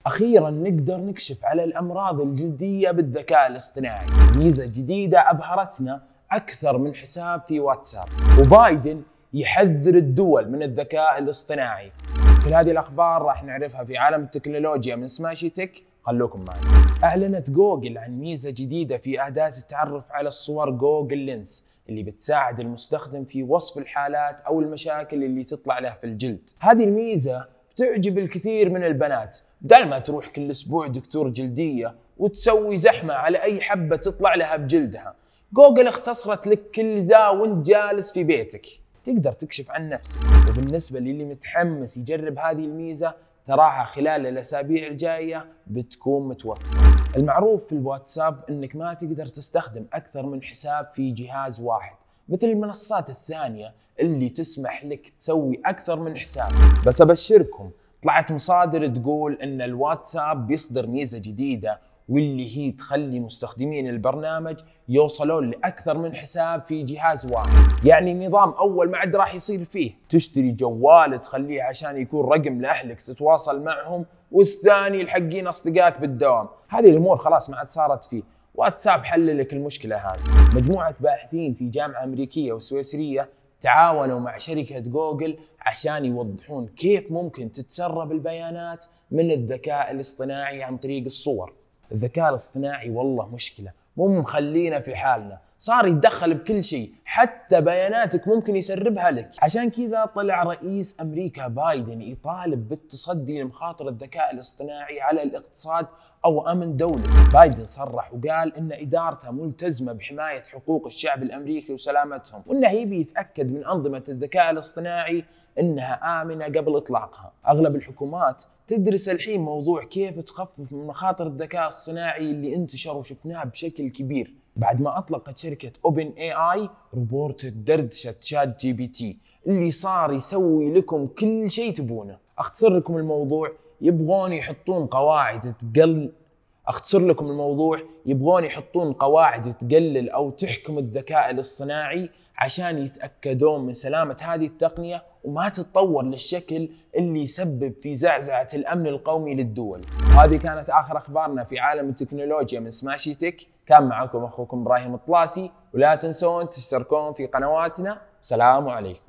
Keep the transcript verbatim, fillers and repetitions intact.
أخيرا نقدر نكشف على الأمراض الجلدية بالذكاء الاصطناعي. ميزة جديدة أبهرتنا أكثر من حساب في واتساب، وبايدن يحذر الدول من الذكاء الاصطناعي. كل هذه الأخبار راح نعرفها في عالم التكنولوجيا من سماشي تك، خلوكم معي. أعلنت جوجل عن ميزة جديدة في أداة التعرف على الصور جوجل لينس، اللي بتساعد المستخدم في وصف الحالات أو المشاكل اللي تطلع له في الجلد. هذه الميزة بتعجب الكثير من البنات، بدل ما تروح كل أسبوع دكتور جلدية وتسوي زحمة على أي حبة تطلع لها بجلدها. جوجل اختصرت لك كل ذا وانت جالس في بيتك، تقدر تكشف عن نفسك. وبالنسبة للي متحمس يجرب هذه الميزة، تراها خلال الأسابيع الجاية بتكون متوفرة. المعروف في الواتساب انك ما تقدر تستخدم اكثر من حساب في جهاز واحد، مثل المنصات الثانية اللي تسمح لك تسوي اكثر من حساب. بس ابشركم، طلعت مصادر تقول ان الواتساب بيصدر ميزة جديدة، واللي هي تخلي مستخدمين البرنامج يوصلون لأكثر من حساب في جهاز واحد. يعني نظام أول ما عاد راح يصير فيه تشتري جوال تخليه عشان يكون رقم لأهلك تتواصل معهم، والثاني الحقين أصدقائك بالدوام. هذه الأمور خلاص ما عاد صارت فيه. واتساب حل لك المشكلة هذه. مجموعة باحثين في جامعة أمريكية وسويسرية تعاونوا مع شركة جوجل عشان يوضحون كيف ممكن تتسرب البيانات من الذكاء الاصطناعي عن طريق الصور. الذكاء الاصطناعي والله مشكلة، مو مخلينا في حالنا، صار يتدخل بكل شيء، حتى بياناتك ممكن يسربها لك. عشان كذا طلع رئيس أمريكا بايدن يطالب بالتصدي لمخاطر الذكاء الاصطناعي على الاقتصاد أو أمن دولة. بايدن صرح وقال إن إدارته ملتزمة بحماية حقوق الشعب الأمريكي وسلامتهم، وإنه يبي يتأكد من أنظمة الذكاء الاصطناعي إنها آمنة قبل إطلاقها. أغلب الحكومات تدرس الحين موضوع كيف تخفف من مخاطر الذكاء الصناعي اللي انتشر وشفناه بشكل كبير بعد ما أطلقت شركة أوبن إي آي روبوت دردشة شات جي بي تي، اللي صار يسوي لكم كل شيء تبونه. أختصر لكم الموضوع، يبغون يحطون قواعد تقل أختصر لكم الموضوع يبغون يحطون قواعد تقلل أو تحكم الذكاء الاصطناعي عشان يتأكدون من سلامة هذه التقنية وما تتطور للشكل اللي يسبب في زعزعة الأمن القومي للدول. هذه كانت آخر أخبارنا في عالم التكنولوجيا من سماشي تك. كان معكم أخوكم إبراهيم الطلاسي، ولا تنسون تشتركون في قنواتنا. سلام عليكم.